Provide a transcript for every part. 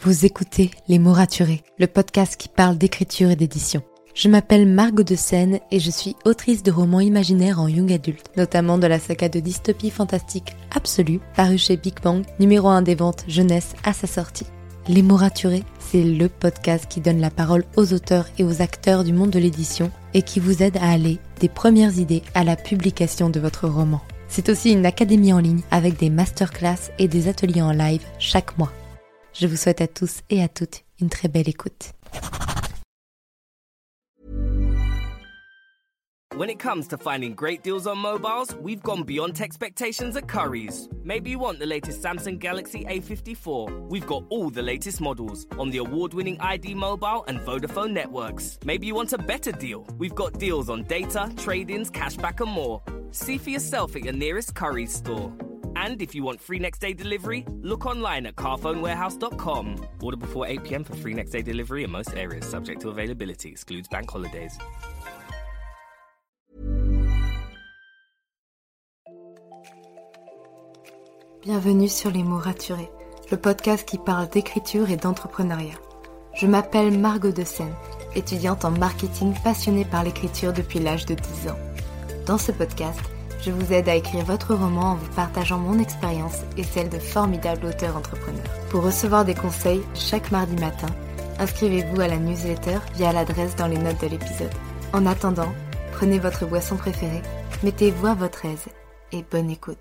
Vous écoutez Les Mots Raturés, le podcast qui parle d'écriture et d'édition. Je m'appelle Margot de Seine et je suis autrice de romans imaginaires en young adulte, notamment de la saga de dystopie fantastique Absolue, parue chez Big Bang, numéro 1 des ventes jeunesse à sa sortie. Les Mots Raturés, c'est le podcast qui donne la parole aux auteurs et aux acteurs du monde de l'édition et qui vous aide à aller des premières idées à la publication de votre roman. C'est aussi une académie en ligne avec des masterclass et des ateliers en live chaque mois. Je vous souhaite à tous et à toutes une très belle écoute. When it comes to finding great deals on mobiles, we've gone beyond expectations at Currys. Maybe you want the latest Samsung Galaxy A54. We've got all the latest models on the award-winning ID Mobile and Vodafone networks. Maybe you want a better deal. We've got deals on data, trade-ins, cashback and more. See for yourself at your nearest Currys store. And if you want free next day delivery, look online at carphonewarehouse.com. Order before 8 p.m. for free next day delivery in most areas, subject to availability, excludes bank holidays. Bienvenue sur Les Mots Raturés, le podcast qui parle d'écriture et d'entrepreneuriat. Je m'appelle Margot de Seine, étudiante en marketing passionnée par l'écriture depuis l'âge de 10 ans. Dans ce podcast, je vous aide à écrire votre roman en vous partageant mon expérience et celle de formidables auteurs entrepreneurs. Pour recevoir des conseils chaque mardi matin, inscrivez-vous à la newsletter via l'adresse dans les notes de l'épisode. En attendant, prenez votre boisson préférée, mettez-vous à votre aise et bonne écoute.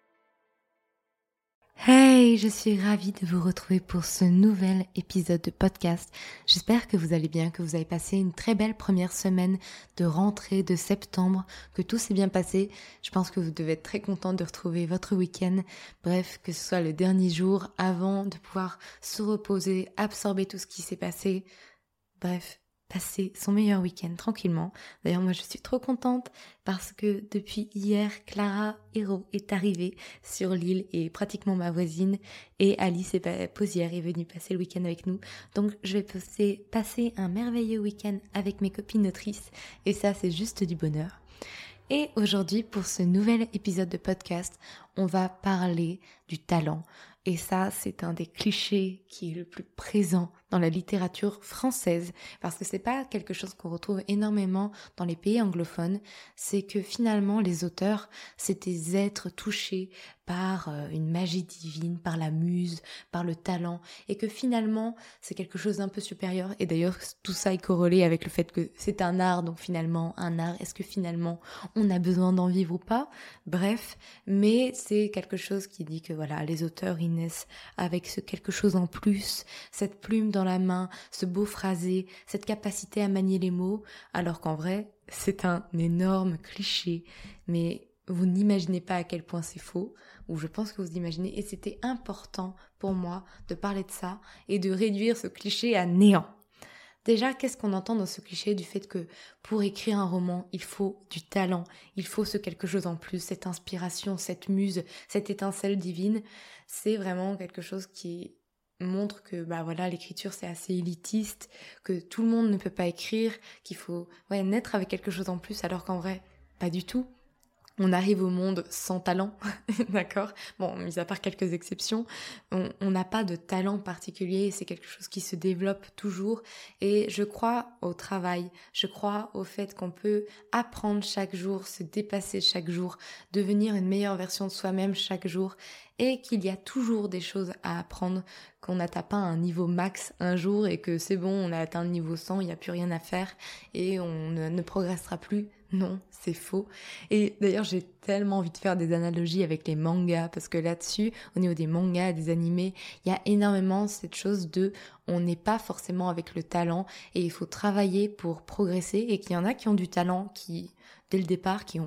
Hey, je suis ravie de vous retrouver pour ce nouvel épisode de podcast. J'espère que vous allez bien, que vous avez passé une très belle première semaine de rentrée de septembre, que tout s'est bien passé. Je pense que vous devez être très content de retrouver votre week-end. Bref, que ce soit le dernier jour avant de pouvoir se reposer, absorber tout ce qui s'est passé. Bref, passer son meilleur week-end tranquillement. D'ailleurs, moi, je suis trop contente parce que depuis hier, Clara Hérault est arrivée sur l'île et pratiquement ma voisine. Et Alice Posière est venue passer le week-end avec nous. Donc, je vais passer un merveilleux week-end avec mes copines autrices. Et ça, c'est juste du bonheur. Et aujourd'hui, pour ce nouvel épisode de podcast, on va parler du talent. Et ça, c'est un des clichés qui est le plus présent dans la littérature française, parce que c'est pas quelque chose qu'on retrouve énormément dans les pays anglophones. C'est que finalement, les auteurs, c'est des êtres touchés par une magie divine, par la muse, par le talent, et que finalement, c'est quelque chose d'un peu supérieur. Et d'ailleurs, tout ça est corrélé avec le fait que c'est un art, donc finalement, un art, est-ce que finalement, on a besoin d'en vivre ou pas? Bref, mais c'est quelque chose qui dit que voilà, les auteurs, ils naissent avec ce quelque chose en plus, cette plume dans la main, ce beau phrasé, cette capacité à manier les mots, alors qu'en vrai, c'est un énorme cliché, mais vous n'imaginez pas à quel point c'est faux, ou je pense que vous imaginez, et c'était important pour moi de parler de ça et de réduire ce cliché à néant. Déjà, qu'est-ce qu'on entend dans ce cliché du fait que pour écrire un roman, il faut du talent, il faut ce quelque chose en plus, cette inspiration, cette muse, cette étincelle divine. C'est vraiment quelque chose qui montre que l'écriture c'est assez élitiste, que tout le monde ne peut pas écrire, qu'il faut naître avec quelque chose en plus, alors qu'en vrai, pas du tout. On arrive au monde sans talent, d'accord ? Bon, mis à part quelques exceptions, on n'a pas de talent particulier, c'est quelque chose qui se développe toujours. Et je crois au travail, je crois au fait qu'on peut apprendre chaque jour, se dépasser chaque jour, devenir une meilleure version de soi-même chaque jour, et qu'il y a toujours des choses à apprendre, qu'on n'atteint pas un niveau max un jour et que c'est bon, on a atteint le niveau 100, il n'y a plus rien à faire et on ne progressera plus. Non, c'est faux. Et d'ailleurs, j'ai tellement envie de faire des analogies avec les mangas, parce que là-dessus, au niveau des mangas, des animés, il y a énormément cette chose de on n'est pas forcément avec le talent et il faut travailler pour progresser, et qu'il y en a qui ont du talent, qui dès le départ, qui ont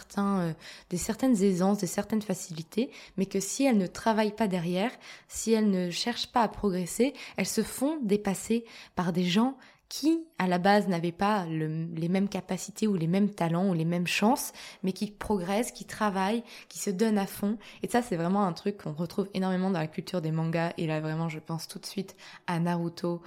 des certaines aisances, des certaines facilités, mais que si elles ne travaillent pas derrière, si elles ne cherchent pas à progresser, elles se font dépasser par des gens qui, à la base, n'avaient pas les mêmes capacités ou les mêmes talents ou les mêmes chances, mais qui progressent, qui travaillent, qui se donnent à fond. Et ça, c'est vraiment un truc qu'on retrouve énormément dans la culture des mangas. Et là, vraiment, je pense tout de suite à Naruto,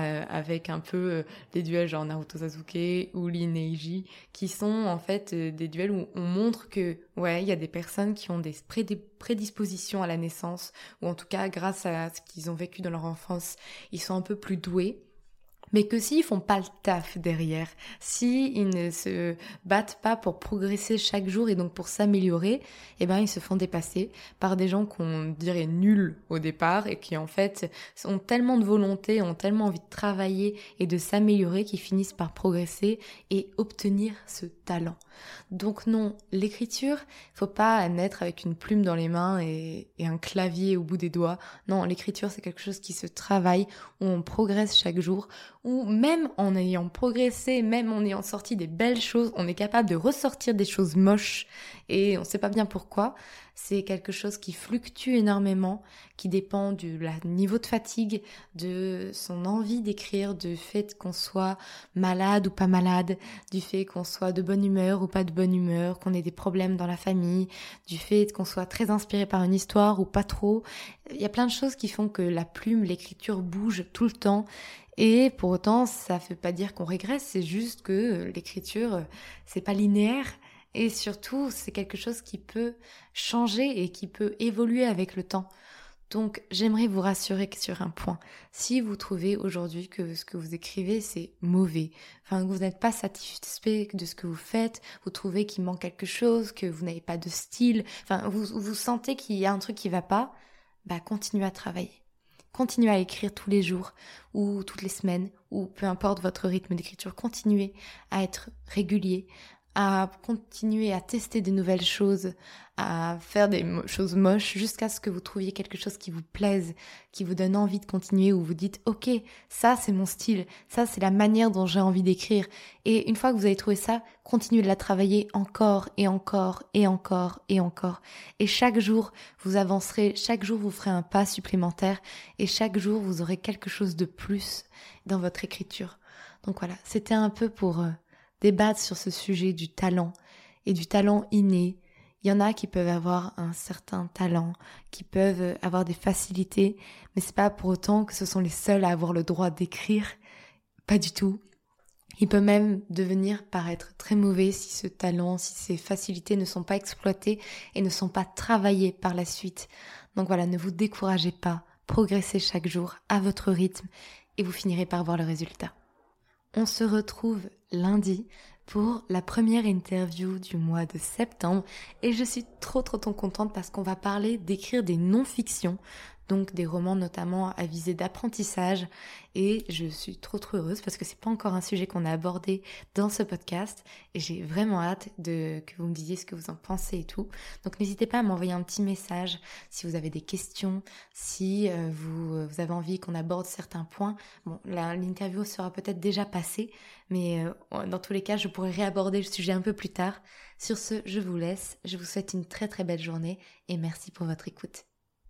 avec un peu des duels genre Naruto Sasuke ou Lee Neji, qui sont en fait des duels où on montre que, ouais, il y a des personnes qui ont des prédispositions à la naissance, ou en tout cas, grâce à ce qu'ils ont vécu dans leur enfance, ils sont un peu plus doués. Mais que s'ils font pas le taf derrière, s'ils ne se battent pas pour progresser chaque jour et donc pour s'améliorer, eh ben ils se font dépasser par des gens qu'on dirait nuls au départ et qui en fait ont tellement de volonté, ont tellement envie de travailler et de s'améliorer qu'ils finissent par progresser et obtenir ce talent. Donc non, l'écriture, faut pas naître avec une plume dans les mains et un clavier au bout des doigts. Non, l'écriture c'est quelque chose qui se travaille, où on progresse chaque jour, où même en ayant progressé, même en ayant sorti des belles choses, on est capable de ressortir des choses moches et on sait pas bien pourquoi. C'est quelque chose qui fluctue énormément, qui dépend du niveau de fatigue, de son envie d'écrire, du fait qu'on soit malade ou pas malade, du fait qu'on soit de bonne humeur ou pas de bonne humeur, qu'on ait des problèmes dans la famille, du fait qu'on soit très inspiré par une histoire ou pas trop. Il y a plein de choses qui font que la plume, l'écriture bouge tout le temps. Et pour autant, ça veut pas dire qu'on régresse, c'est juste que l'écriture, c'est pas linéaire. Et surtout, c'est quelque chose qui peut changer et qui peut évoluer avec le temps. Donc, j'aimerais vous rassurer sur un point. Si vous trouvez aujourd'hui que ce que vous écrivez, c'est mauvais, enfin, que vous n'êtes pas satisfait de ce que vous faites, vous trouvez qu'il manque quelque chose, que vous n'avez pas de style, enfin, vous sentez qu'il y a un truc qui va pas, bah, continuez à travailler. Continuez à écrire tous les jours ou toutes les semaines ou peu importe votre rythme d'écriture. Continuez à être régulier, à continuer à tester des nouvelles choses, à faire des choses moches jusqu'à ce que vous trouviez quelque chose qui vous plaise, qui vous donne envie de continuer, où vous dites « Ok, ça c'est mon style, ça c'est la manière dont j'ai envie d'écrire. » Et une fois que vous avez trouvé ça, continuez de la travailler encore et encore et encore et encore. Et chaque jour, vous avancerez, chaque jour vous ferez un pas supplémentaire et chaque jour vous aurez quelque chose de plus dans votre écriture. Donc voilà, c'était un peu pour débattre sur ce sujet du talent et du talent inné. Il y en a qui peuvent avoir un certain talent, qui peuvent avoir des facilités, mais c'est pas pour autant que ce sont les seuls à avoir le droit d'écrire. Pas du tout. Il peut même devenir paraître très mauvais si ce talent, si ces facilités ne sont pas exploitées et ne sont pas travaillées par la suite. Donc voilà, ne vous découragez pas, progressez chaque jour à votre rythme et vous finirez par voir le résultat. On se retrouve lundi pour la première interview du mois de septembre et je suis trop contente parce qu'on va parler d'écrire des non-fictions, donc des romans notamment à visée d'apprentissage et je suis trop heureuse parce que c'est pas encore un sujet qu'on a abordé dans ce podcast et j'ai vraiment hâte que vous me disiez ce que vous en pensez et tout. Donc n'hésitez pas à m'envoyer un petit message si vous avez des questions, si vous avez envie qu'on aborde certains points. Bon, l'interview sera peut-être déjà passée, mais dans tous les cas, je pourrai réaborder le sujet un peu plus tard. Sur ce, je vous laisse. Je vous souhaite une très belle journée et merci pour votre écoute.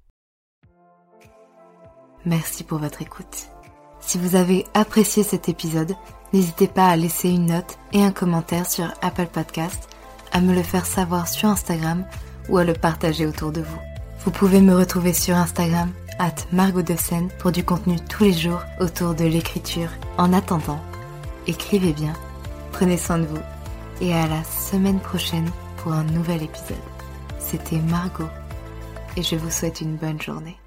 Merci pour votre écoute. Si vous avez apprécié cet épisode, n'hésitez pas à laisser une note et un commentaire sur Apple Podcast, à me le faire savoir sur Instagram ou à le partager autour de vous. Vous pouvez me retrouver sur Instagram @margotdescène pour du contenu tous les jours autour de l'écriture. En attendant, écrivez bien, prenez soin de vous et à la semaine prochaine pour un nouvel épisode. C'était Margot et je vous souhaite une bonne journée.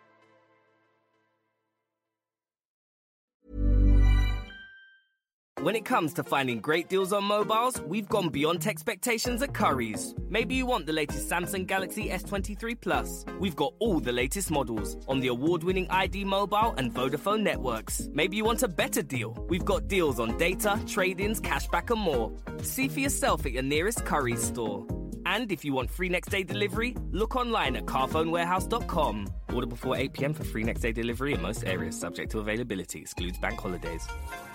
When it comes to finding great deals on mobiles, we've gone beyond expectations at Currys. Maybe you want the latest Samsung Galaxy S23 Plus. We've got all the latest models on the award-winning ID Mobile and Vodafone networks. Maybe you want a better deal. We've got deals on data, trade-ins, cashback and more. See for yourself at your nearest Currys store. And if you want free next-day delivery, look online at carphonewarehouse.com. Order before 8 p.m. for free next-day delivery in most areas, subject to availability, excludes bank holidays.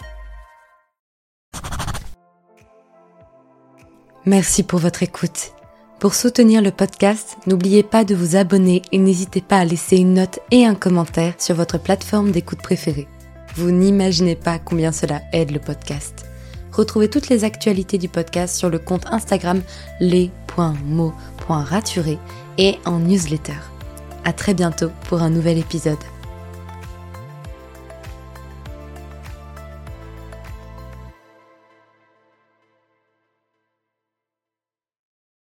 Merci pour votre écoute. Pour soutenir le podcast, n'oubliez pas de vous abonner et n'hésitez pas à laisser une note et un commentaire sur votre plateforme d'écoute préférée. Vous n'imaginez pas combien cela aide le podcast. Retrouvez toutes les actualités du podcast sur le compte Instagram les.mots.raturés et en newsletter. À très bientôt pour un nouvel épisode.